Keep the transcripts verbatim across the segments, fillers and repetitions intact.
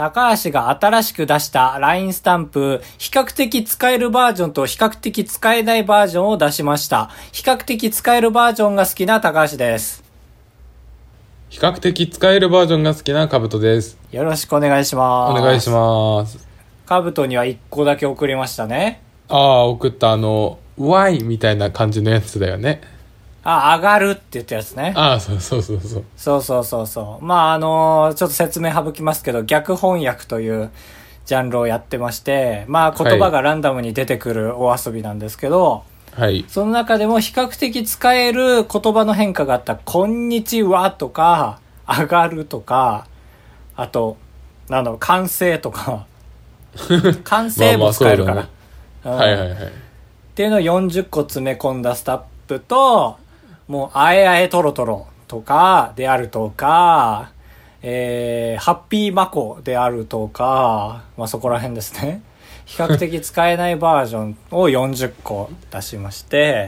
高橋が新しく出した ライン スタンプ、比較的使えるバージョンと比較的使えないバージョンを出しました。比較的使えるバージョンが好きな高橋です。 比較的使えるバージョンが好きなカブトです。 よろしくお願いします。 お願いします。 カブトにはいっこだけ送りましたね。 ああ、送ったあの、ワイみたいな感じのやつだよね。 あ、上がるって言ったやつね。 ああ、そうそうそうそう。 そうそうそうそう。まあ、あのー、ちょっと説明省きますけど、逆翻訳というジャンルをやってまして、まあ、言葉がランダムに出てくるお遊びなんですけど、 はい。 その中でも比較的使える言葉の変化があった、こんにちはとか、上がるとか、あと、なんだろう、完成とか、完成も使えるから。 まあまあそうだね。うん、はいはいはい。 っていうのをよんじゅっこ詰め込んだスタップと、もう、あえあえとろとろとか、であるとか、えー、ハッピーマコであるとか、まあそこら辺ですね。比較的使えないバージョンをよんじゅっこ出しまして。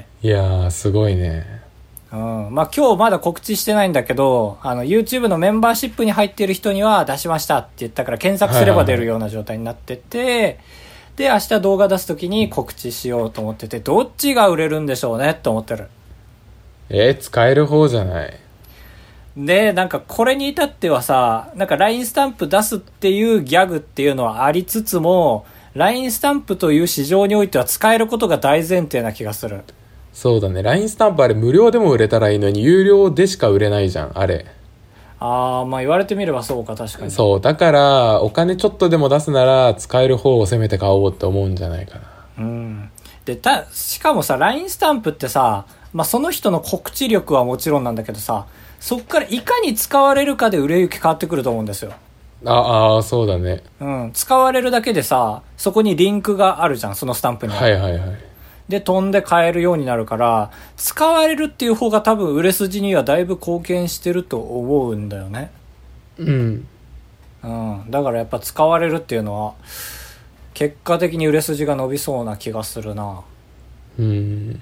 いやー、すごいね。 うん。まあ今日まだ告知してないんだけど、あの、YouTube のメンバーシップに入っている人には出しましたって言ったから検索すれば出るような状態になってて、はいはいはい、で、明日動画出すときに告知しようと思ってて、どっちが売れるんでしょうねって思ってる。 えー、使える方じゃない。 で、なんかこれに至ってはさ、なんか ライン スタンプ出すっていうギャグっていうのはありつつも、ライン スタンプという市場においては使えることが大前提な気がする。 そうだね。ライン スタンプあれ無料でも売れたらいいのに、有料でしか売れないじゃん、あれ。 あー、まあ言われてみればそうか、確かに。 そう。だから、お金ちょっとでも出すなら、使える方をせめて買おうって思うんじゃないかな。 うん。で、た、しかもさ、ライン スタンプってさ、まあその人の告知力はもちろんなんだけどさ、そっからいかに使われるかで売れ行き変わってくると思うんですよ。 ああ、そうだね。 うん。使われるだけでさ、そこにリンクがあるじゃん、そのスタンプには。 はいはいはい。 で、飛んで買えるようになるから、使われるっていう方が多分売れ筋にはだいぶ貢献してると思うんだよね。 うん。 うん。だからやっぱ使われるっていうのは、結果的に売れ筋が伸びそうな気がするな。 うん。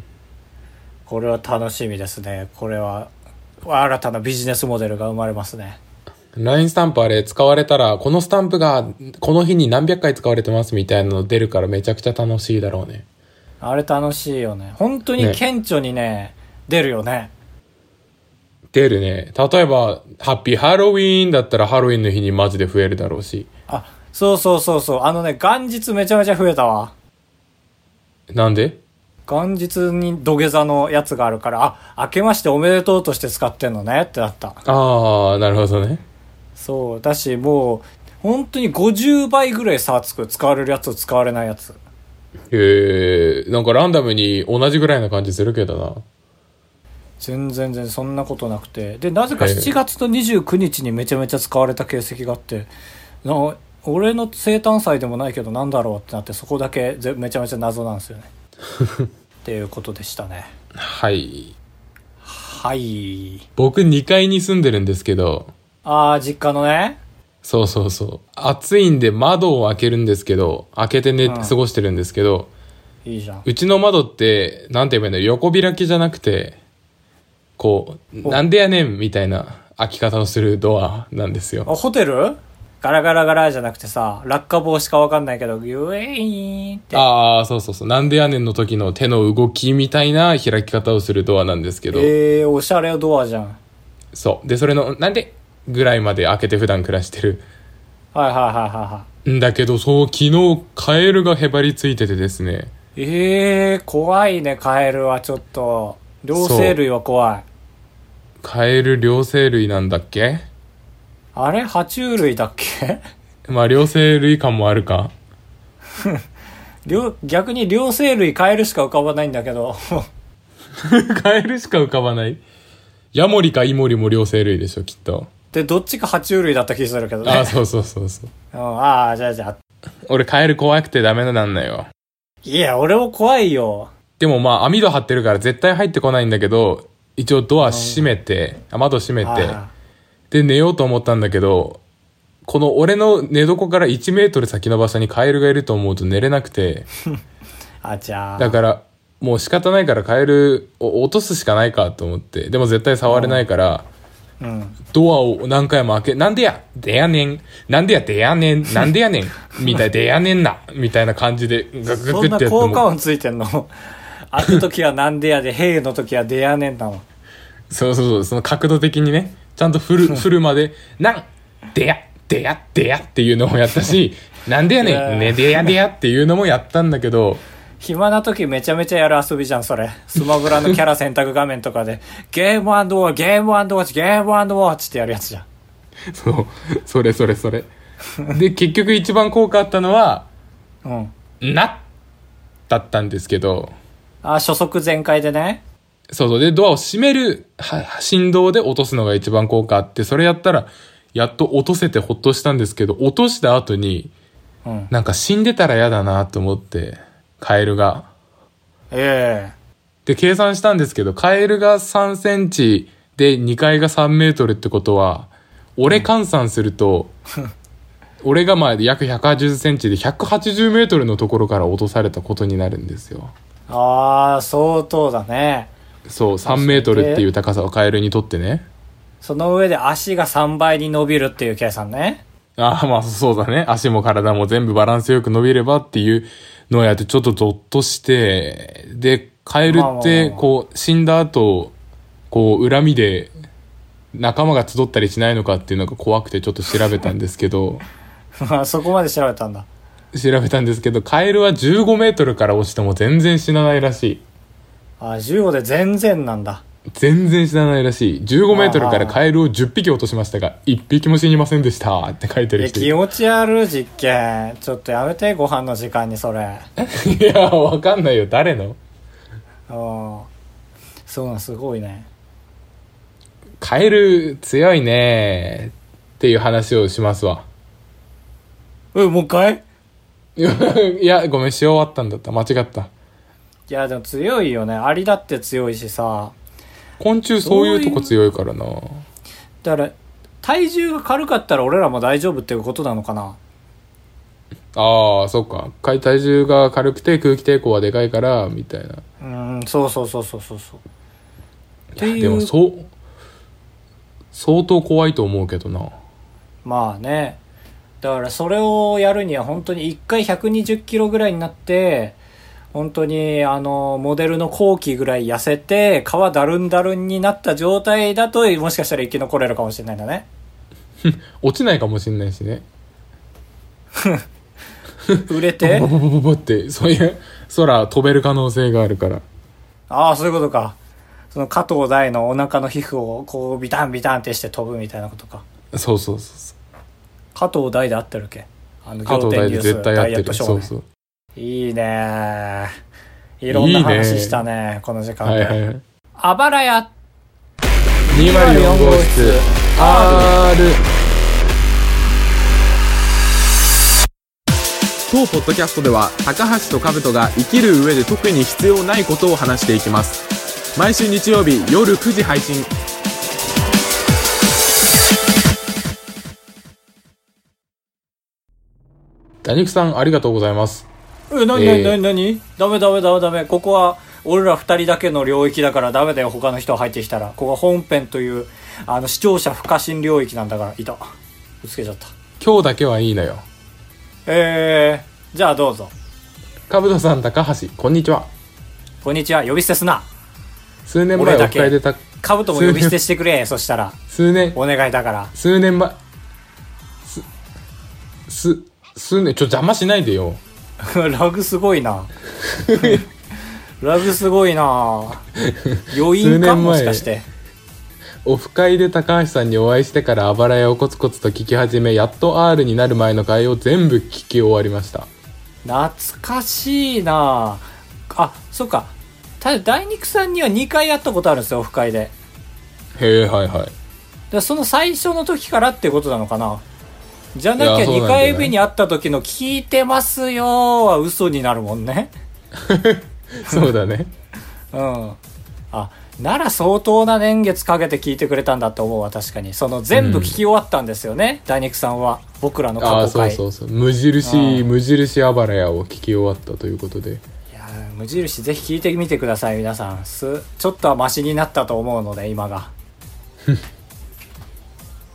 これは楽しみですね。これは、新たなビジネスモデルが生まれますね。 ライン スタンプあれ使われたら、このスタンプがこの日に何百回使われてますみたいなの出るからめちゃくちゃ楽しいだろうね。 あれ楽しいよね。本当に顕著にね、ね出るよね。 出るね。例えば、ハッピーハロウィーンだったらハロウィーンの日にマジで増えるだろうし。 あ、そうそうそうそう。あのね、元日めちゃめちゃ増えたわ。 なんで？ 元日に土下座のやつがあるから、あ、明けましておめでとうとして使ってんのねってなった。 ああ、なるほどね。 そう。だし、もう、本当にごじゅうばいぐらい差つく。使われるやつと使われないやつ。 へえ、なんかランダムに同じぐらいな感じするけどな。 全然全然そんなことなくて。で、なぜかしちがつのにじゅうくにちにめちゃめちゃ使われた形跡があって、な俺の生誕祭でもないけどなんだろうってなって、そこだけぜめちゃめちゃ謎なんですよね。っていうことでしたね。 はい。 はい。 僕にかいに住んでるんですけど。 あー、実家のね。 そうそうそう。暑いんで窓を開けるんですけど、開けて寝て過ごしてるんですけど、 いいじゃん。 うちの窓って、なんて言えばいいの、横開きじゃなくて、こう、なんでやねんみたいな開き方をするドアなんですよ。 あ、ホテルガラガラガラじゃなくてさ、落下防止かわかんないけど、ユエイーンって。 ああ、そうそうそう。なんでやねんの時の手の動きみたいな開き方をするドアなんですけど。 えー、おしゃれドアじゃん。 そう。で、それの、なんでぐらいまで開けて普段暮らしてる。 はいはいはいはいはい。 んだけど、そう、昨日、カエルがへばりついててですね。 えー、怖いね、カエルはちょっと。両生類は怖い。 カエル両生類なんだっけ？ あれ爬虫類だっけ？ まあ、両生類感もあるか。 両逆に両生類カエルしか浮かばないんだけど。 カエルしか浮かばない？ヤモリかイモリも両生類でしょ、きっと。 で、どっちか爬虫類だった気するけどね。 あ、そうそうそうそう。 うん、ああ、じゃあじゃあ。 俺カエル怖くてダメなんだよ。 いや、俺も怖いよ。 でもまあ網戸張ってるから絶対入ってこないんだけど、一応ドア閉めて、うん、窓閉めて、で寝ようと思ったんだけど、この俺の寝床からいちメートル先の場所にカエルがいると思うと寝れなくて。 あちゃー。 だから、もう仕方ないからカエルを落とすしかないかと思って。でも絶対触れないから、 うん、 ドアを何回も開け、なんでやでやねん。なんでやでやねん。なんでやねん。みたいでやねんな。みたいな感じでガクガクってやっても。 そんな効果音ついてんの？開くときはなんでやで、へいのときはでやねんなの。 そうそうそう、その角度的にね、ちゃんと振る、振るまで、なんでやでやでやっていうのもやったし、なんでやねん、ねでやでやっていうのもやったんだけど、 暇な時めちゃめちゃやる遊びじゃん、それ。スマブラのキャラ選択画面とかで、ゲームアンドウォッチ、ゲームアンドウォッチ、ゲームアンドウォッチってやるやつじゃん。 そう、それそれそれ。で、結局一番効果あったのは、 うん。 な、だったんですけど、 あ、初速全開でね。 そうそう。で、ドアを閉める振動で落とすのが一番効果あって、それやったら、やっと落とせてほっとしたんですけど、落とした後に、うん、なんか死んでたら嫌だなと思って、カエルが。 ええー。で、計算したんですけど、カエルがさんセンチでにかいがさんメートルってことは、俺換算すると、うん、俺がまあ約ひゃくはちじゅっセンチでひゃくはちじゅうメートルのところから落とされたことになるんですよ。 ああ、相当だね。 そう、さんメートルっていう高さをカエルにとってね。 その上で足がさんばいに伸びるっていう計算ね。 ああ、まあそうだね。足も体も全部バランスよく伸びればっていうのをやってちょっとゾッとして、で、カエルってこう死んだ後、こう恨みで仲間が集ったりしないのかっていうのが怖くてちょっと調べたんですけど。 まあそこまで調べたんだ。 調べたんですけど、カエルはじゅうごメートルから落ちても全然死なないらしい。 あ、じゅうごで全然なんだ。 全然死なないらしい。じゅうごメートルからカエルをじゅっぴき落としましたが、いっぴきも死にませんでしたって書いてる人。 いや、気持ち悪い実験。ちょっとやめて、ご飯の時間にそれ。 いや、わかんないよ。誰の？ ああ、そうなん、すごいね。 カエル強いねっていう話をしますわ。 うん、もう一回？ いや、ごめん、し終わったんだった。間違った。 いや、でも強いよね。アリだって強いしさ。 昆虫そういうとこ強いからな。 だから体重が軽かったら俺らも大丈夫っていうことなのかな。 ああ、そっか。体重が軽くて空気抵抗はでかいからみたいな。 うん、そうそうそうそうそうそう。 っていう。でもそう相当怖いと思うけどな。 まあね。だからそれをやるには本当にいっかいひゃくにじゅっキロぐらいになって、本当にあのモデルの後期ぐらい痩せて皮だるんだるんになった状態だともしかしたら生き残れるかもしれないんだね。 落ちないかもしれないしね。 売れてボボボボボってそういう空飛べる可能性があるから。 ああ、そういうことか。その加藤大のお腹の皮膚をこうビタンビタンってして飛ぶみたいなことか。 そうそうそうそう。 加藤大で合ってるっけ？あの加藤大で絶対合ってる。そうそう。 いいね。いろんな話したね、いいねこの時間で。はいはいはい、あばらやにまるよん号室 R。 当ポッドキャストでは高橋と兜が生きる上で特に必要ないことを話していきます。毎週日曜日夜くじ配信。ダニクさんありがとうございます。 え、なになになになに？ダメダメダメダメ。ここは俺ら二人だけの領域だからダメだよ。他の人入ってきたら。ここは本編というあの視聴者不可侵領域なんだから。いた。ぶつけちゃった。 今日だけはいいのよ。 えー、じゃあどうぞ。 かぶとさん、高橋、こんにちは。 こんにちは。呼び捨てすな。 数年前オフ会でたかぶとも呼び捨てしてくれ。そしたら数年お願いだから。 数年前すす数年ちょ邪魔しないでよ。 ラグすごいな。ラグすごいな。余韻かもしかして。 オフ会で高橋さんにお会いしてからあばらやをコツコツと聞き始め、やっと R になる前の回を全部聞き終わりました。 懐かしいなあ。そっか。ただ大肉さんにはにかいやったことあるんですよ、オフ会で。 へえ、はいはい。 でその最初の時からってことなのかな。じゃなきゃにかいめに会った時の聞いてますよは嘘になるもんね。 そうだね。 うん。あ、なら相当な年月かけて聞いてくれたんだと思うわ。確かにその全部聞き終わったんですよね、うん、大肉さんは僕らの過去回。あ、 そうそうそう、無印、うん、無印あばらやを聞き終わったということで。いや無印ぜひ聞いてみてください皆さん。すちょっとはマシになったと思うので今が。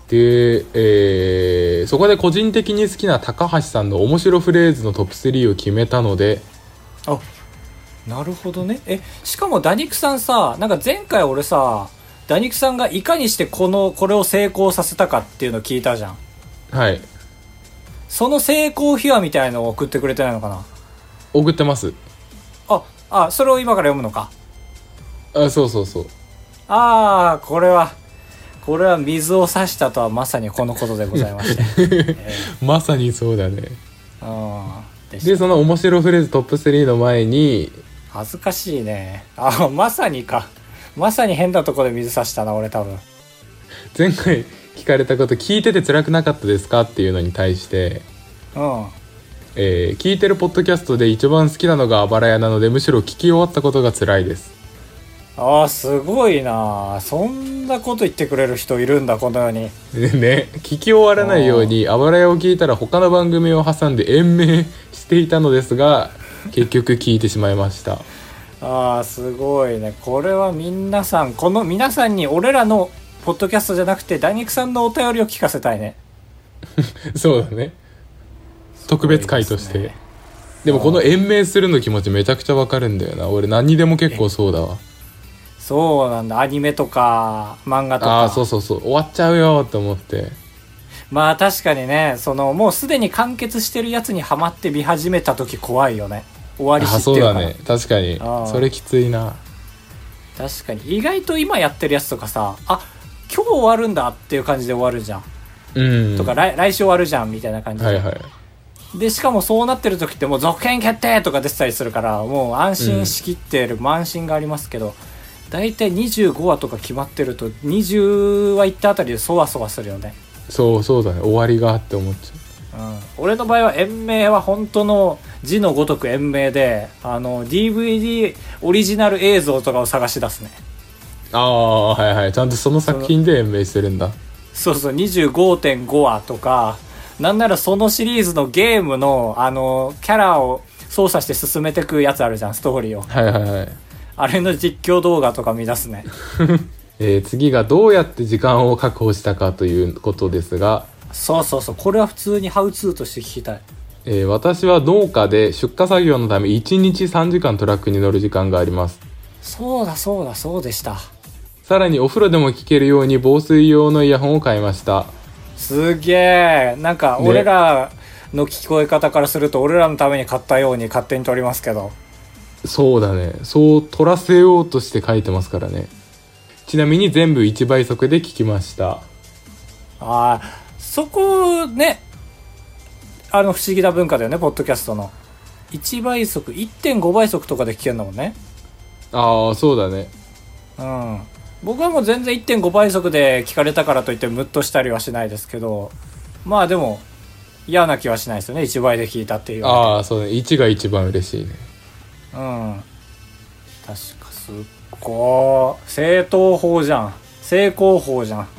で、えーそこで個人的に好きな高橋さんの面白フレーズのトップスリーを決めたので。 あ、なるほどね。え、しかもダニクさんさ、なんか前回俺さ、ダニクさんがいかにしてこのこれを成功させたかっていうのを聞いたじゃん。 はい。 その成功秘話みたいのを送ってくれてないのかな。 送ってます。 ああ、それを今から読むのか。 あ、そうそうそう。 ああ、これはこれは水を差したとはまさにこのことでございまして、えー、まさにそうだね。 あで, でその面白フレーズトップスリーの前に、 恥ずかしいね。あ、まさにか。まさに変なとこで水差したな俺多分。 前回聞かれたこと、聞いてて辛くなかったですかっていうのに対して、 うん、 えー、聞いてるポッドキャストで一番好きなのがあばら屋なので、むしろ聞き終わったことが辛いです。 ああ、すごいな。そんなこと言ってくれる人いるんだこの世に。ね、 聞き終わらないようにあばら屋を聞いたら他の番組を挟んで延命していたのですが、結局聞いてしまいました。 ああ、すごいね。これは皆さん、この皆さんに俺らのポッドキャストじゃなくてダニクさんのお便りを聞かせたいね。 そうだね。特別回として。で, でもこの延命するの気持ちめちゃくちゃわかるんだよな。俺何にでも結構そうだわ。 そうなんだ。アニメとか漫画とか。 ああ、そうそうそう。終わっちゃうよと思って。 まあ確かにね、そのもうすでに完結してるやつにハマって見始めた時怖いよね。終わり知ってるから。 あ、そうだね。確かに。それきついな。 確かに意外と今やってるやつとかさ、あ、今日終わるんだっていう感じで終わるじゃん。うん。とか 来, 来週終わるじゃんみたいな感じで。はいはい。でしかもそうなってる時ってもう続編決定とか出てたりするから、もう安心しきってる、うん、安心がありますけど、だいたいにじゅうごわとか決まってるとにじゅうわいったあたりでそわそわするよね。 そうそうだね。終わりがって思っちゃう。 うん、俺の場合は延命は本当の字のごとく延命で、あの ディーブイディー オリジナル映像とかを探し出すね。 ああ、はいはい。ちゃんとその作品で延命してるんだ。 そうそう、 にじゅうごてんご 話とか、なんならそのシリーズのゲームのあのキャラを操作して進めてくやつあるじゃん、ストーリーを。はいはいはい。あれの実況動画とか見出すね。 えー、次がどうやって時間を確保したかということですが、 そうそうそう、これは普通にハウツーとして聞きたい。 えー、私は農家で出荷作業のためいちにちさんじかんトラックに乗る時間があります。 そうだそうだそうでした。 さらにお風呂でも聞けるように防水用のイヤホンを買いました。 すげえ。なんか俺らの聞こえ方からすると、俺らのために買ったように勝手に撮りますけど。 そうだね。そう撮らせようとして書いてますからね。ちなみに全部いちばい速で聞きました。 ああ、そこね、あの不思議な文化だよね、ポッドキャストの。いちばい速、いってんごばい速とかで聞けるんだもんね。 ああ、そうだね。 うん。僕はもう全然 いってんごばい速で聞かれたからといってムッとしたりはしないですけど、まあでも嫌な気はしないですよね、いちばいで聞いたっていう。 ああ、そうね。いちが一番嬉しいね。 うん。確かすっごー正当法じゃん。成功法じゃん。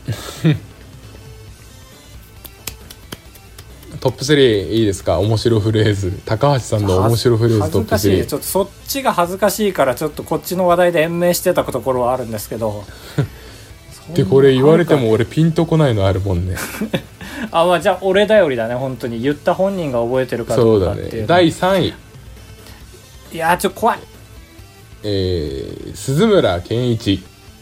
トップスリーいいですか？面白フレーズ。高橋さんの面白フレーズトップスリー。 恥ずかしい。ちょっとそっちが恥ずかしいからちょっとこっちの話題で延命してたところはあるんですけど。 でこれ言われても俺ピンとこないのあるもんね。 あ、まあじゃあ俺だよりだね、本当に言った本人が覚えてるかどうかっていう。 そうだね。だいさんい。 いやーちょっと怖い。 えー、鈴村健一。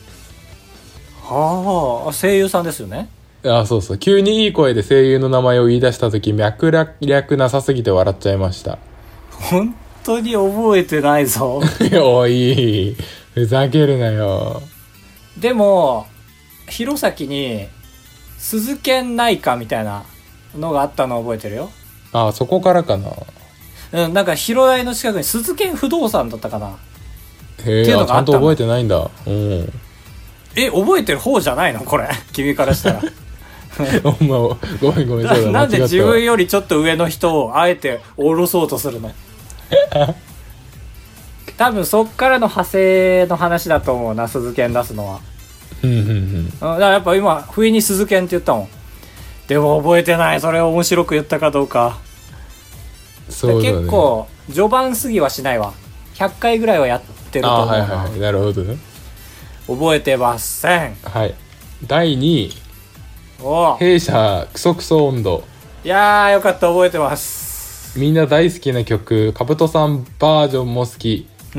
はあ、声優さんですよね。 あ、そうそう。急にいい声で声優の名前を言い出した時、脈略なさすぎて笑っちゃいました。 本当に覚えてないぞ。 おい、ふざけるなよ。 でも弘前に鈴研内科みたいなのがあったのを覚えてるよ。 あ、そこからかな。 うん、なんか広大の近くに鈴研不動産だったかな。 へえ、ちゃんと覚えてないんだ。うん。 え、覚えてる方じゃないのこれ、君からしたら。 お前ごめんごめん、そうだ、 なんで自分よりちょっと上の人をあえて下ろそうとするの？多分そっからの派生の話だと思うな、鈴研出すのは。 うんうんうん。 だからやっぱ今不意に鈴研って言ったもん。でも覚えてない、それを面白く言ったかどうか。そうだね。結構序盤過ぎはしないわ。ひゃっかいぐらいはやってると思うな。あ、はいはい、なるほどね。 覚えてません。 はい。だいにい。 お弊社クソクソ温度。 いやーよかった、覚えてます。 みんな大好きな曲、カブトさんバージョンも好き。 うん。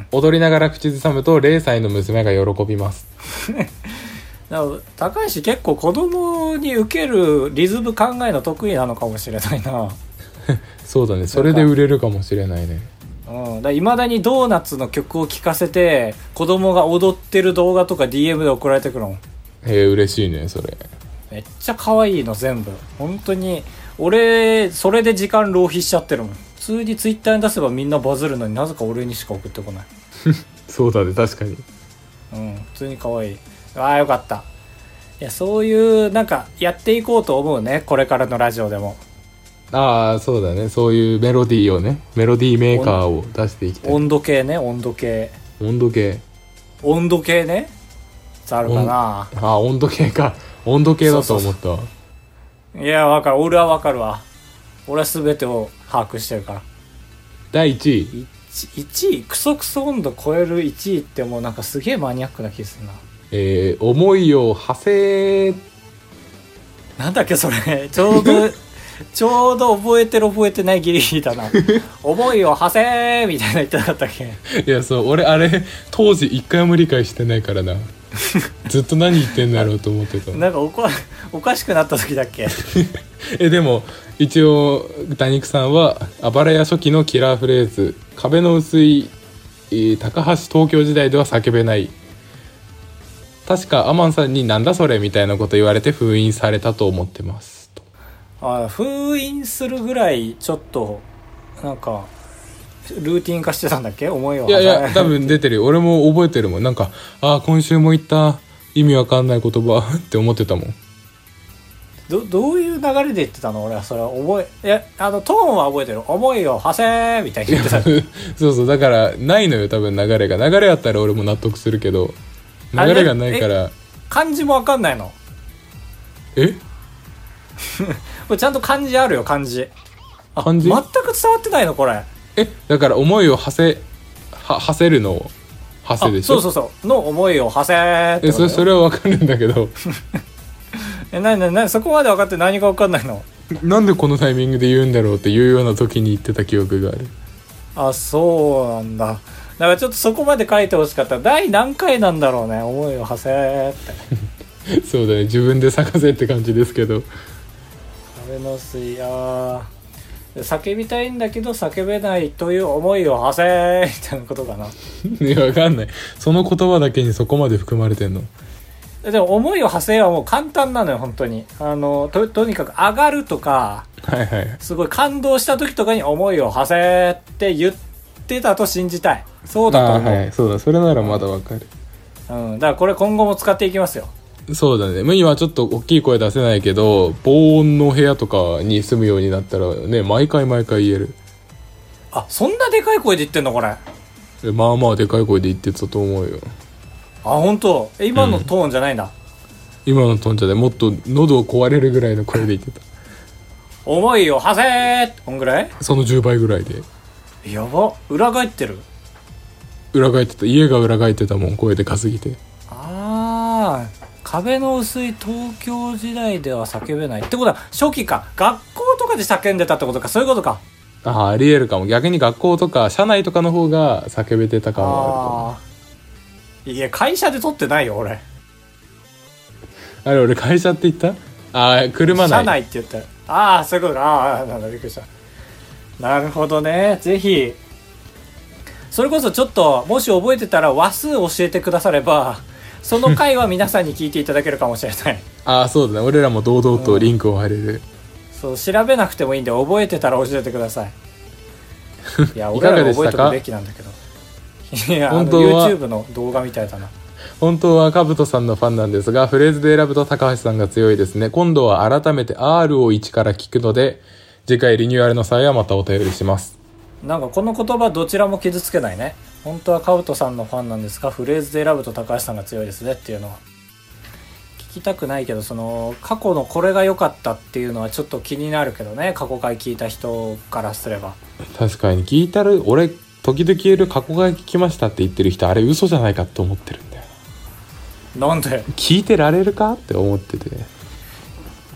踊りながら口ずさむとれいさいの娘が喜びます。 だから高橋結構子供に受けるリズム考えの得意なのかもしれないな。 そうだね、それで売れるかもしれないね。 うん、だいまだにドーナツの曲を聴かせて子供が踊ってる動画とか ディーエム で送られてくるの。 へえ、嬉しいねそれ。 めっちゃ可愛いの全部。本当に俺それで時間浪費しちゃってるもん。普通にツイッターに出せばみんなバズるのになぜか俺にしか送ってこない。 そうだね、確かに。 うん普通に可愛い。ああよかった。いやそういうなんかやっていこうと思うね、これからのラジオでも。 ああそうだね、そういうメロディーをね、メロディーメーカーを出していきたい。 温度計ね、温度計温度計温度計ね、あるかな。 ああ温度計か、温度計だと思ったわ。 いやわかる、俺はわかるわ。俺は全てを把握してるから。 だいいちいいちいクソクソ温度超えるいちいってもうなんかすげえマニアックな気するな。 えー、思いを馳せ。 なんだっけそれ。ちょうどちょうど覚えてる覚えてないギリギリだな。思いを馳せみたいな言ってなかったっけ。 いやそう、俺あれ当時一回も理解してないからな。ずっと何言ってんだろうと思ってた。 なんかおかおかしくなった時だっけ。 えでも一応ダニクさんはあばらや初期のキラーフレーズ、壁の薄い、えー高橋東京時代では叫べない、確かアマンさんになんだそれみたいなこと言われて封印されたと思ってますと。 あ封印するぐらいちょっとなんかルーティン化してたんだっけ、思いを。 いやいや多分出てるよ。俺も覚えてるもん。なんかああ今週も言った意味わかんない言葉って思ってたもん。 どどういう流れで言ってたの。俺はそれは覚え、いやあのトーンは覚えてる。思いを馳せみたいに言ってた。 そうそう、だからないのよ多分流れが。流れあったら俺も納得するけど流れがないから。 漢字もわかんないの。 えこれちゃんと漢字あるよ、漢字。あ漢字全く伝わってないのこれ。 えだから思いを馳せは馳せるのを馳せでしょ。 そうそうそうの思いを馳せってえそれそれはわかるんだけどえなになになにそこまで分かって何が分かんないの。 なんでこのタイミングで言うんだろうっていうような時に言ってた記憶がある。 あそうなんだ。だからちょっとそこまで書いてほしかった。第何回なんだろうね、思いを馳せってそうだね、自分で咲かせって感じですけど。 壁の水あ叫びたいんだけど叫べないという思いを馳せみたいなことかな。 いやわかんない、その言葉だけにそこまで含まれてんの。 でも思いを馳せはもう簡単なのよ本当に。あの と, とにかく上がるとか、 はいはい、 すごい感動した時とかに思いを馳せって言ってたと信じたい。そうだと思う。 あ、はい、そうだ、それならまだわかる。 うん、だからこれ今後も使っていきますよ。 そうだね、今ちょっと大きい声出せないけど防音の部屋とかに住むようになったらね、毎回毎回言える。 あそんなでかい声で言ってんのこれ。 えまあまあでかい声で言ってたと思うよ。 あ本当。え今のトーンじゃないんだ、うん、 今のトーンじゃない、もっと喉を壊れるぐらいの声で言ってた。 思いを馳せーこんぐらい。 そのじゅうばいぐらいで。 やば、裏返ってる。 裏返ってた、家が裏返ってたもん、声でかすぎて。 ああ壁の薄い東京時代では叫べないってことは初期か。学校とかで叫んでたってことか。そういうことか。 ああ、ありえるかも。逆に学校とか車内とかの方が叫べてた感はあるかも。 いや会社で撮ってないよ俺。 あれ俺会社って言った？ああ車内。 車内って言った。ああそういうことか。ああなんだびっくりした。なるほどね。ぜひそれこそちょっともし覚えてたら話数教えてくださればその回は皆さんに聞いていただけるかもしれない。 ああそうだね、俺らも堂々とリンクを貼れる、うん、 そう調べなくてもいいんで覚えてたら教えてください。いや俺らが覚えておくべきなんだけど。いや本当は YouTube の動画みたいだな。 本当はカブトさんのファンなんですが、フレーズで選ぶと高橋さんが強いですね。今度は改めて R をいちから聞くので、次回リニューアルの際はまたお便りします。 なんかこの言葉どちらも傷つけないね。本当はカブトさんのファンなんですが、フレーズで選ぶと高橋さんが強いですねっていうのは聞きたくないけど、その過去のこれが良かったっていうのはちょっと気になるけどね、過去回聞いた人からすれば。 確かに聞いたら、俺時々言える過去回聞きましたって言ってる人、あれ嘘じゃないかって思ってるんだよ。 なんで？ 聞いてられるかって思ってて。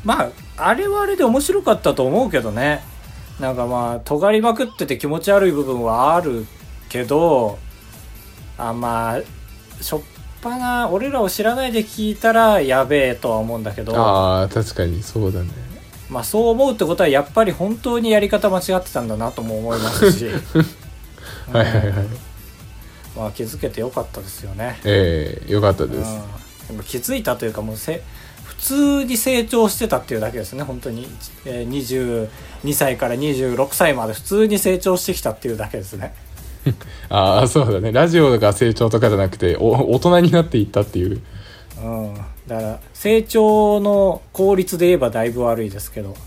まああれはあれで面白かったと思うけどね。なんかまあ尖りまくってて気持ち悪い部分はあるけど、あまあしょっぱな俺らを知らないで聞いたらやべえとは思うんだけど、 ああ確かにそうだね。 まあそう思うってことはやっぱり本当にやり方間違ってたんだなとも思いますしはいはいはい、 まあ気づけてよかったですよね。 ええー、よかったです、 うん、でも気づいたというかもうせ普通に成長してたっていうだけですね。本当に、えー、にじゅうにさいからにじゅうろくさいまで普通に成長してきたっていうだけですねああそうだね、ラジオが成長とかじゃなくてお大人になっていったっていう、 うん、だから成長の効率で言えばだいぶ悪いですけど。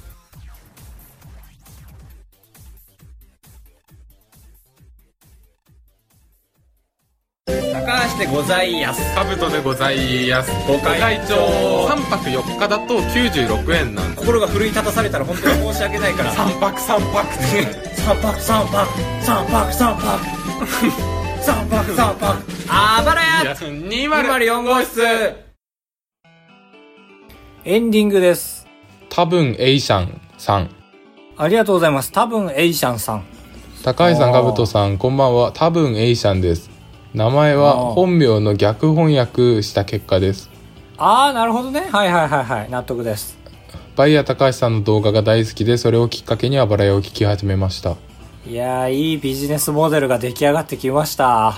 高橋でございやす。 カブトでございます。ご会長さんぱくよっかだときゅうじゅうろくえんなんで、 心が奮い立たされたら本当に申し訳ないからさんぱくさんぱくさんぱくさんぱくさんぱくさんぱくさんぱくさんぱくあばらやにまるよん号室エンディングです。 多分エイシャンさん、 ありがとうございます。多分エイシャンさん。 高橋さん、カブトさん、こんばんは。多分エイシャンです。名前は本名の逆翻訳した結果です。 ああなるほどね。はいはいはいはい、納得です。 バイヤー高橋さんの動画が大好きで、それをきっかけにあばらやを聞き始めました。 いやーいいビジネスモデルが出来上がってきました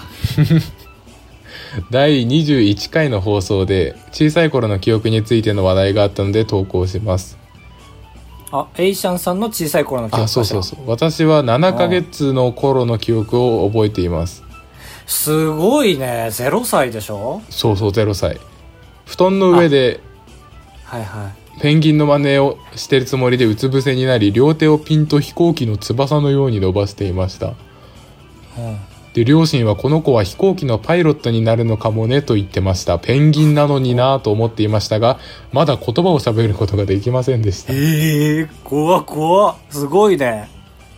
だいにじゅういっかいの放送で小さい頃の記憶についての話題があったので投稿します。 あ、エイシャンさんの小さい頃の記憶。 あ、そうそうそう。私はななかげつの頃の記憶を覚えています。 すごいね。ゼロさいでしょ。 そうそう、ゼロさい。布団の上ではいはいペンギンの真似をしてるつもりでうつ伏せになり、両手をピンと飛行機の翼のように伸ばしていました。 うん、 で両親はこの子は飛行機のパイロットになるのかもねと言ってました。ペンギンなのになぁと思っていましたが、まだ言葉を喋ることができませんでした。 えー、怖怖すごいね。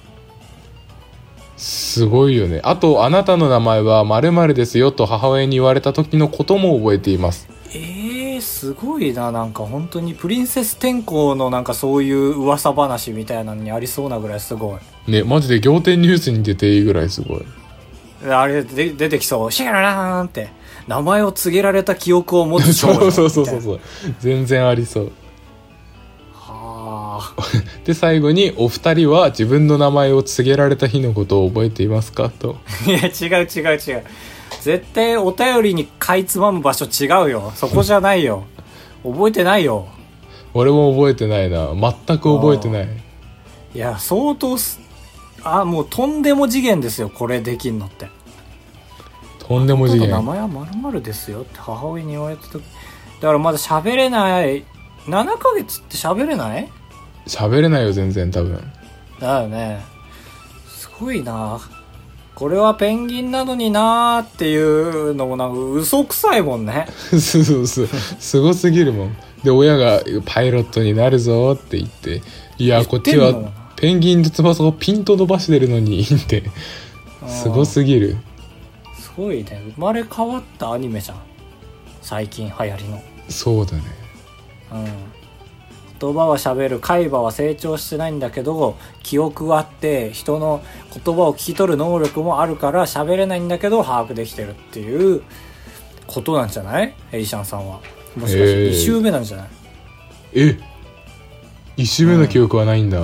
すごいよね。あと、あなたの名前は〇〇ですよと母親に言われた時のことも覚えています。 えー、すごいな。なんか本当にプリンセス天功のなんかそういう噂話みたいなのにありそうなぐらいすごいね。マジで仰天ニュースに出ていいぐらいすごい。 あれで出てきそう。シャララーンって名前を告げられた記憶を持つ少女そうそうそうそう。全然ありそう。 はあ。 で最後に、お二人は自分の名前を告げられた日のことを覚えていますかと。 いや違う違う違う。絶対お便りにかいつまむ場所違うよ。そこじゃないよ。覚えてないよ。 俺も覚えてないな。全く覚えてない。 いや相当すあもうとんでも次元ですよ。これできんのってとんでも次元。 名前は〇〇ですよって母親に言われた時だからまだ喋れない。ななかげつって喋れない？ 喋れないよ全然多分。 だよね。すごいな。これはペンギンなのになーっていうのもなんか嘘くさいもんねそうそうそう。すごすぎるもん。で親がパイロットになるぞって言って、いやこっちはペンギンの翼をピンと伸ばしてるのにってすごすぎる。 すごいね。生まれ変わったアニメじゃん最近流行りの。 そうだね。 うん、言葉は喋る。海馬は成長してないんだけど記憶はあって人の言葉を聞き取る能力もあるから喋れないんだけど把握できてるっていうことなんじゃない？エイシャンさんはもしかしてに週目なんじゃない？ えいち週目の記憶はないんだ、うん、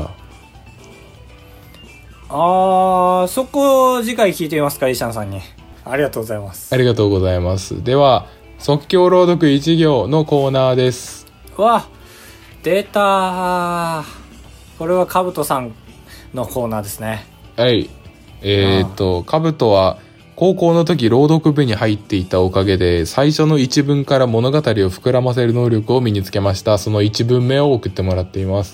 あーそこ次回聞いてみますか。エイシャンさんに。ありがとうございます。 ありがとうございます。では即興朗読いち行のコーナーです。 わ出た。これはカブトさんのコーナーですね。 はい。えー、っとカブトは高校の時朗読部に入っていたおかげで最初の一文から物語を膨らませる能力を身につけました。その一文目を送ってもらっています。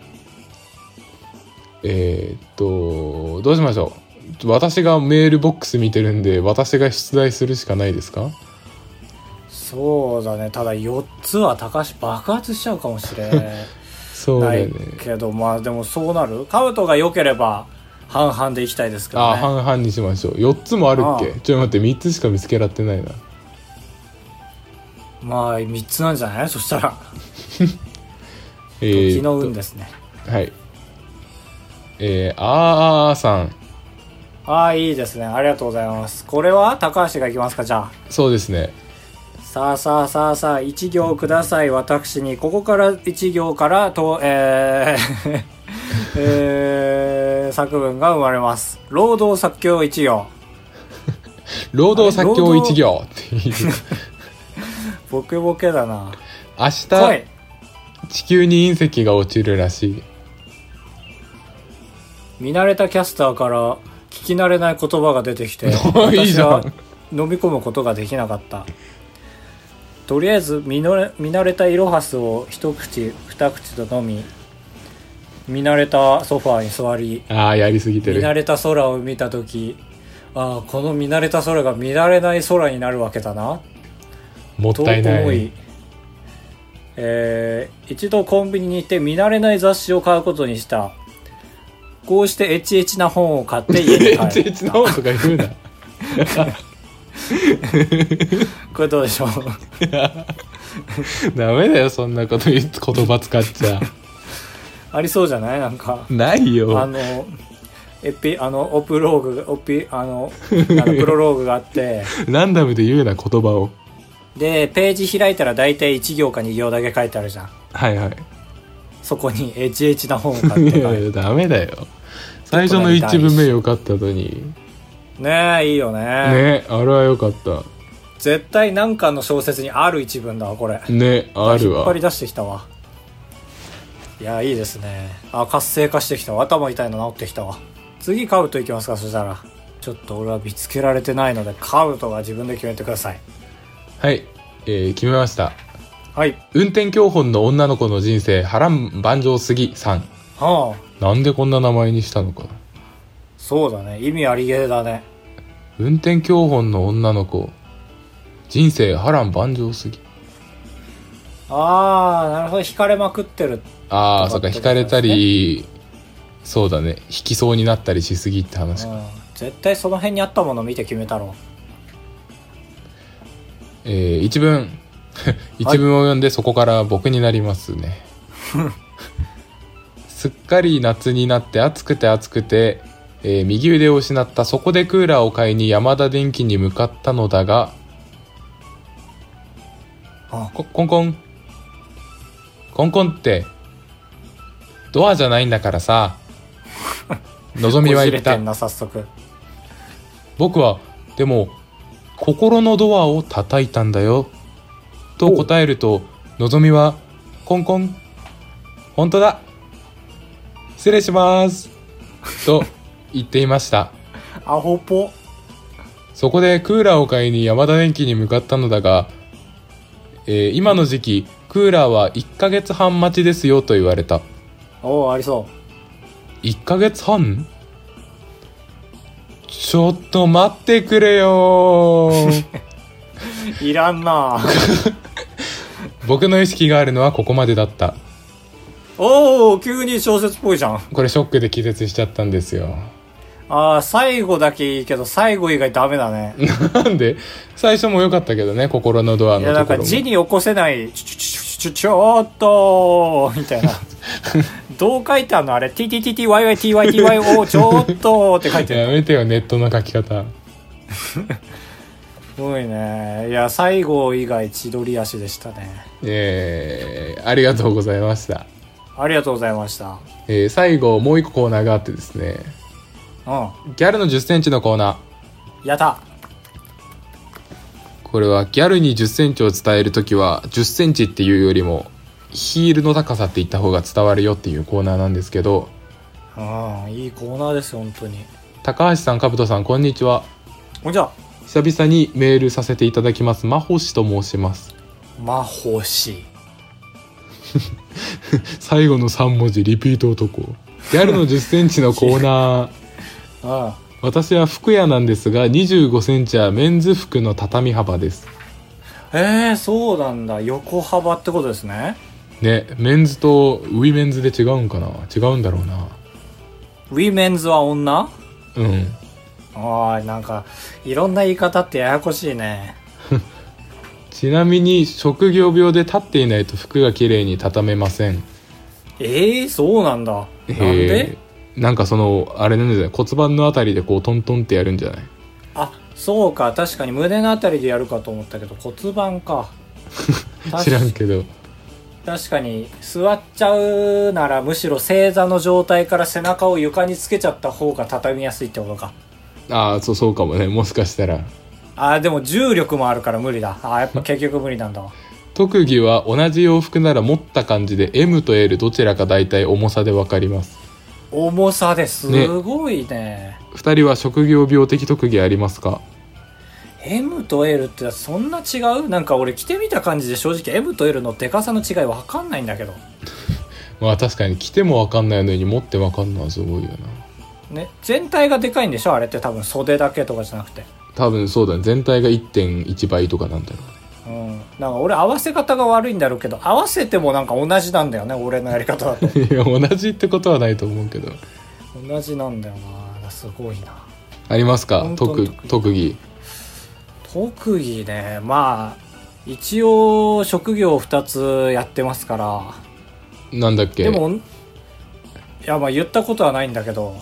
えー、っとどうしましょう。私がメールボックス見てるんで私が出題するしかないですか？ そうだね。ただよっつは高橋爆発しちゃうかもしれそうだないよね。 けど、まあでもそうなる。カブトが良ければ半々でいきたいですけどね。 あ、半々にしましょう。よっつもあるっけ？ちょっと待って、みっつしか見つけられてないな。 まあみっつなんじゃない？そしたらえー、 時の運ですね。 はい。えー、あーあーさん。 ああ、いいですね。ありがとうございます。これは高橋がいきますか、じゃあ。 そうですね。 さあさあさあさあ、一行ください、私に。ここから一行からと、えーえー、作文が生まれます。労働作協一行。 労働作協一行っていう。 ボケボケだな。 明日、地球に隕石が落ちるらしい。 見慣れたキャスターから聞き慣れない言葉が出てきて、 いいじゃん。 私は飲み込むことができなかった。とりあえず見のれ見慣れたイロハスを一口二口と飲み、見慣れたソファーに座り、 ああやりすぎてる。 見慣れた空を見たとき、ああこの見慣れた空が見慣れない空になるわけだな。 もったいない。と思い、 えー、一度コンビニに行って見慣れない雑誌を買うことにした。こうしてエチエチな本を買って家に帰った。 エチエチな本とか言うな。 これどうでしょう。 ダメだよそんなこと言葉使っちゃ。 ありそうじゃない？なんかないよ。 あのエピあのオプローグオピあのあのプロローグがあってランダムで言うな言葉を。 でページ開いたら大体いち行かに行だけ書いてあるじゃん。 はいはい。 そこにエチエチな本を買って帰る。 ダメだよ。最初の一文目良かったのに。 ねえいいよね。 ねあれは良かった。 絶対何かの小説にある一文だわこれ。 ねあるわ。 引っ張り出してきたわ。いやいいですね。あ活性化してきたわ。頭痛いの治ってきたわ。次カブトいきますか。そしたらちょっと俺は見つけられてないのでカブトが自分で決めてください。 はい、えー、決めました。 はい。 運転教本の女の子の人生波乱万丈すぎさん。 はあ。 なんでこんな名前にしたのか。 そうだね。意味ありげだね。 運転教本の女の子人生波乱万丈すぎ。 ああなるほど。惹かれまくってる。 ああそっか惹かれたりそうだね引きそうになったりしすぎって話か、 うん、絶対その辺にあったもの見て決めたろう。 えー、一文一文を読んでそこから僕になりますね。すっかり夏になって暑くて暑くて、えー、右腕を失った。そこでクーラーを買いにヤマダ電機に向かったのだが、 あこコンコンコンコンってドアじゃないんだからさ。のぞみは言った。 な早速僕はでも心のドアを叩いたんだよと答えると、のぞみはコンコン本当だ失礼しますと言っていました。 アホポ。 そこでクーラーを買いにヤマダ電機に向かったのだが、えー、今の時期クーラーはいっかげつはん待ちですよと言われた。 おーありそう。 いっかげつはん？ちょっと待ってくれよ。 いらんな。 僕の意識があるのはここまでだった。 おお急に小説っぽいじゃん。 これショックで気絶しちゃったんですよ。 ああ最後だけいいけど最後以外ダメだね。 なんで最初も良かったけどね心のドアのところも。いやなんか字に起こせないちょちょちょちょっとみたいな。どう書いてあるのあれ ティーティーティーティーワイワイティーワイティーワイオー ちょっとって書いてる。 やめてよネットの書き方。 すごいね。いや最後以外千鳥足でしたね。 えー、ありがとうございました。 ありがとうございました。 えー、最後もう一個コーナーがあってですね、 うん、 ギャルのじゅっセンチのコーナー。やった。 これはギャルにじゅっセンチを伝えるときはじゅっセンチっていうよりもヒールの高さって言った方が伝わるよっていうコーナーなんですけど、 ああいいコーナーですよ本当に。 高橋さん、かぶとさん、こんにちは。 こんにちは。 久々にメールさせていただきます。まほしと申します。 まほし。 最後のさん文字リピート男。ギャルのじゅっセンチのコーナー。 ああ私は服屋なんですがにじゅうごセンチはメンズ服の畳幅です。 へえそうなんだ。横幅ってことですね。 ね、メンズとウィメンズで違うんかな。違うんだろうな。 ウィメンズは女？ うん。 ああなんかいろんな言い方ってややこしいね。 ちなみに職業病で立っていないと服がきれいに畳めません。 ええー、そうなんだ。なんで？ なんかそのあれなんじゃない、骨盤のあたりでこうトントンってやるんじゃない？ あ、そうか。確かに胸のあたりでやるかと思ったけど骨盤か。 知らんけど。 確かに座っちゃうならむしろ正座の状態から背中を床につけちゃった方が畳みやすいってことか。 ああ、そうそうかもね、もしかしたら。 あーでも重力もあるから無理だ。あーやっぱ結局無理なんだわ。 特技は同じ洋服なら持った感じで エム と エル どちらか大体重さで分かります。 重さですごいね。 ふたりは職業病的特技ありますか？ エム と エル ってそんな違う？なんか俺着てみた感じで正直 エム と エル のデカさの違い分かんないんだけど。 まあ確かに着ても分かんないのに持って分かんのはすごいよな。 ね、全体がでかいんでしょあれって。多分袖だけとかじゃなくて。 多分そうだね、全体が いってんいち 倍とかなんだろうね。うん。なんか俺合わせ方が悪いんだろうけど、合わせてもなんか同じなんだよね、俺のやり方だと。 いや同じってことはないと思うけど。 同じなんだよな。すごいな。 ありますか？特特特技。 特技ね、まあ一応職業ふたつやってますから。 なんだっけ？ でもいやまあ言ったことはないんだけど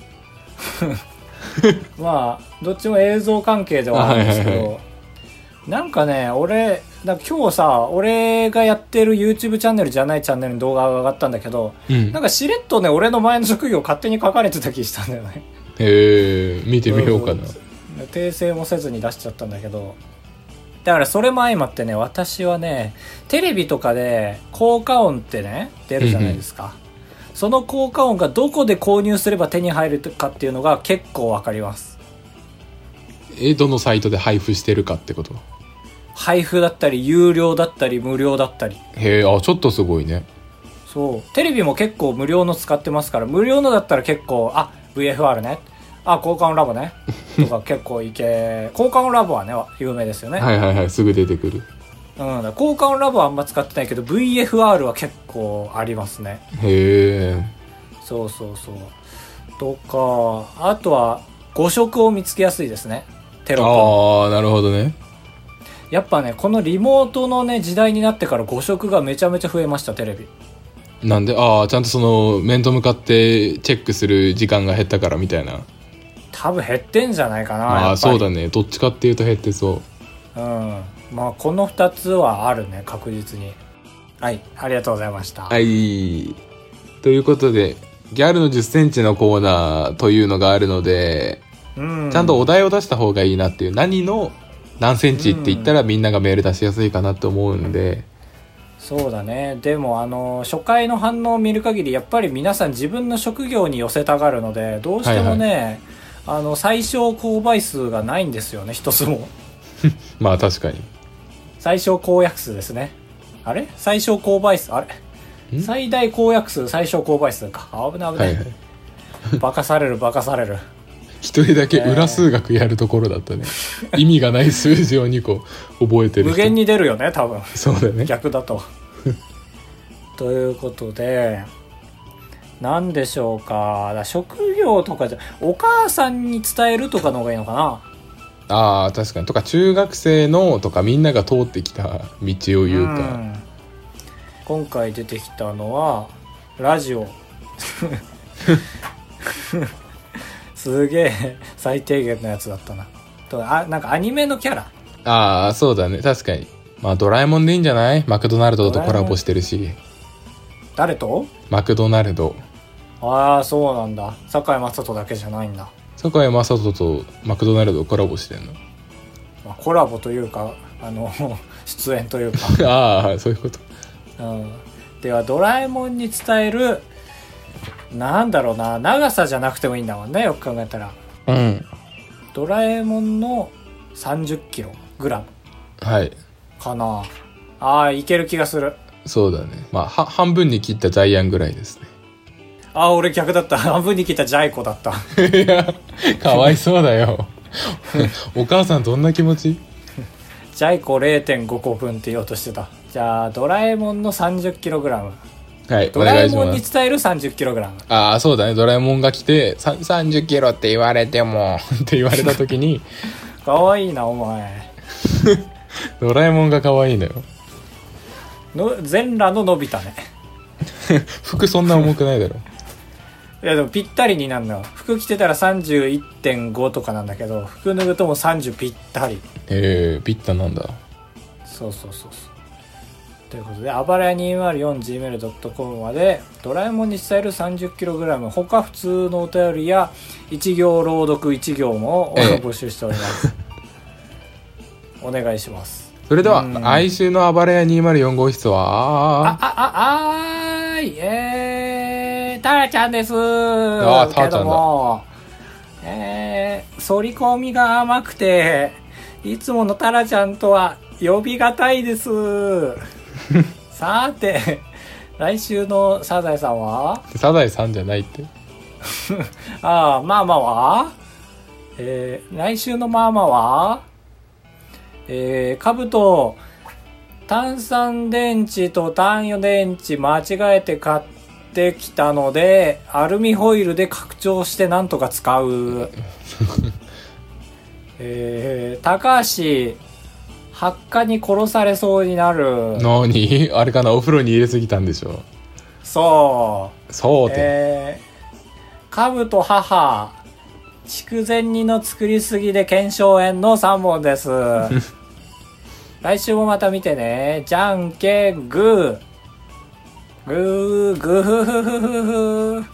まあどっちも映像関係ではあるんですけど、はいはいはい、なんかね俺なんか今日さ俺がやってる YouTube チャンネルじゃないチャンネルに動画が上がったんだけど、うん、なんかしれっとね俺の前の職業勝手に書かれてた気したんだよね。 へえ、見てみようかな。 訂正もせずに出しちゃったんだけど、だからそれも相まってね、私はねテレビとかで効果音ってね出るじゃないですか、うんうん、その効果音がどこで購入すれば手に入るかっていうのが結構わかります。 え、どのサイトで配布してるかってこと？ 配布だったり有料だったり無料だったり。 へえ、あ、ちょっとすごいね。 そうテレビも結構無料の使ってますから、無料のだったら結構あ ブイエフアール ね、あ効果音ラボねとか結構いけ効果音ラボはね有名ですよね。 はいはいはい、すぐ出てくる。 うん、だ効果音ラボはあんま使ってないけど ブイエフアール は結構ありますね。 へえ。 そうそうそう。とかあとは誤色を見つけやすいですね、テロップ。 ああ、なるほどね。 やっぱねこのリモートのね時代になってから誤色がめちゃめちゃ増えました、テレビ。 なんで？ああ、ちゃんとその面と向かってチェックする時間が減ったからみたいな。 多分減ってんじゃないかな。 ああ、そうだね、どっちかっていうと減ってそう。 うん、まあこのふたつはあるね、確実に。はい、ありがとうございました。 はい、ということでギャルのじゅっセンチのコーナーというのがあるので、うん、ちゃんとお題を出した方がいいなっていう、何の何センチって言ったらみんながメール出しやすいかなと思うんで。 そうだね。でもあの初回の反応を見る限りやっぱり皆さん自分の職業に寄せたがるので、どうしてもね、はいはい、あの最小公倍数がないんですよね、一つも。 まあ確かに最小公約数ですね。あれ最小公倍数、あれ最大公約数最小公倍数か。危ない危ない、はいはい、バカされるバカされる。 一人だけ裏数学やるところだったね、えー、意味がない数字をにこ覚えてる人。 無限に出るよね多分。 そうだね、 逆だと。ということで何でしょうか、だ職業とかじゃお母さんに伝えるとかの方がいいのかな。 ああ確かに、とか中学生のとかみんなが通ってきた道を言うか、うん、 今回出てきたのはラジオ。すげえ最低限のやつだったな。とあなんかアニメのキャラ。 ああそうだね、確かに。まあドラえもんでいいんじゃない？マクドナルドとコラボしてるし。誰と？マクドナルド。 ああそうなんだ。堺雅人だけじゃないんだ。 堺雅人とマクドナルドコラボしてんの？ まあ、コラボというかあの出演というか。 ああそういうこと。 うん、ではドラえもんに伝えるなんだろうな、長さじゃなくてもいいんだもんね、よく考えたら。 うん。 ドラえもんのさんじゅっキログラム。 はい。 かな。ああ、いける気がする。 そうだね。まあ、は半分に切ったジャイアンぐらいですね。 ああ、俺逆だった。半分に切ったジャイコだった。 いや、かわいそうだよ。お母さんどんな気持ち？ ジャイコ れいてんご 個分って言おうとしてた。じゃあ、ドラえもんのさんじゅっキログラム。 はい、 ドラえもんに伝える さんじゅっキログラム。 ああ、そうだね。ドラえもんが来て、さんじゅっキロって言われても、って言われた時に。 かわいいな、お前。 ドラえもんがかわいいのよ。 の全裸ののび太ね。 服そんな重くないだろ。 いやでもぴったりになるのよ。服着てたら さんじゅういってんご とかなんだけど、服脱ぐともうさんじゅうぴったり。 えー、ピッタなんだ。 そうそうそうそう。ということで、あばらや にまるよんジーメールドットコム まで、ドラえもんに伝える さんじゅっキログラム、他普通のお便りや一行朗読一行もええ募集しております。お願いします。 それでは、 うん来週のあばらやにまるよん号室あ、 は、 あ、あ、あーい、えー、タラちゃんです。 あータラちゃんだけども、えー、反り込みが甘くて、いつものタラちゃんとは呼びがたいです。さて、来週のサザエさんはサザエさんじゃないって。 ああ、マーマはえー、来週のマーマはえー、カブト、炭酸電池と単余電池間違えて買ってきたので、アルミホイルで拡張してなんとか使う。えー、高橋、発火に殺されそうになる。 なにあれかな、お風呂に入れすぎたんでしょ。 そう。 そうて。 えー、カブと母、筑前煮の作りすぎで腱鞘炎のさんぼんです。来週もまた見てね。じゃんけんグー。グー、グーフフフフフ。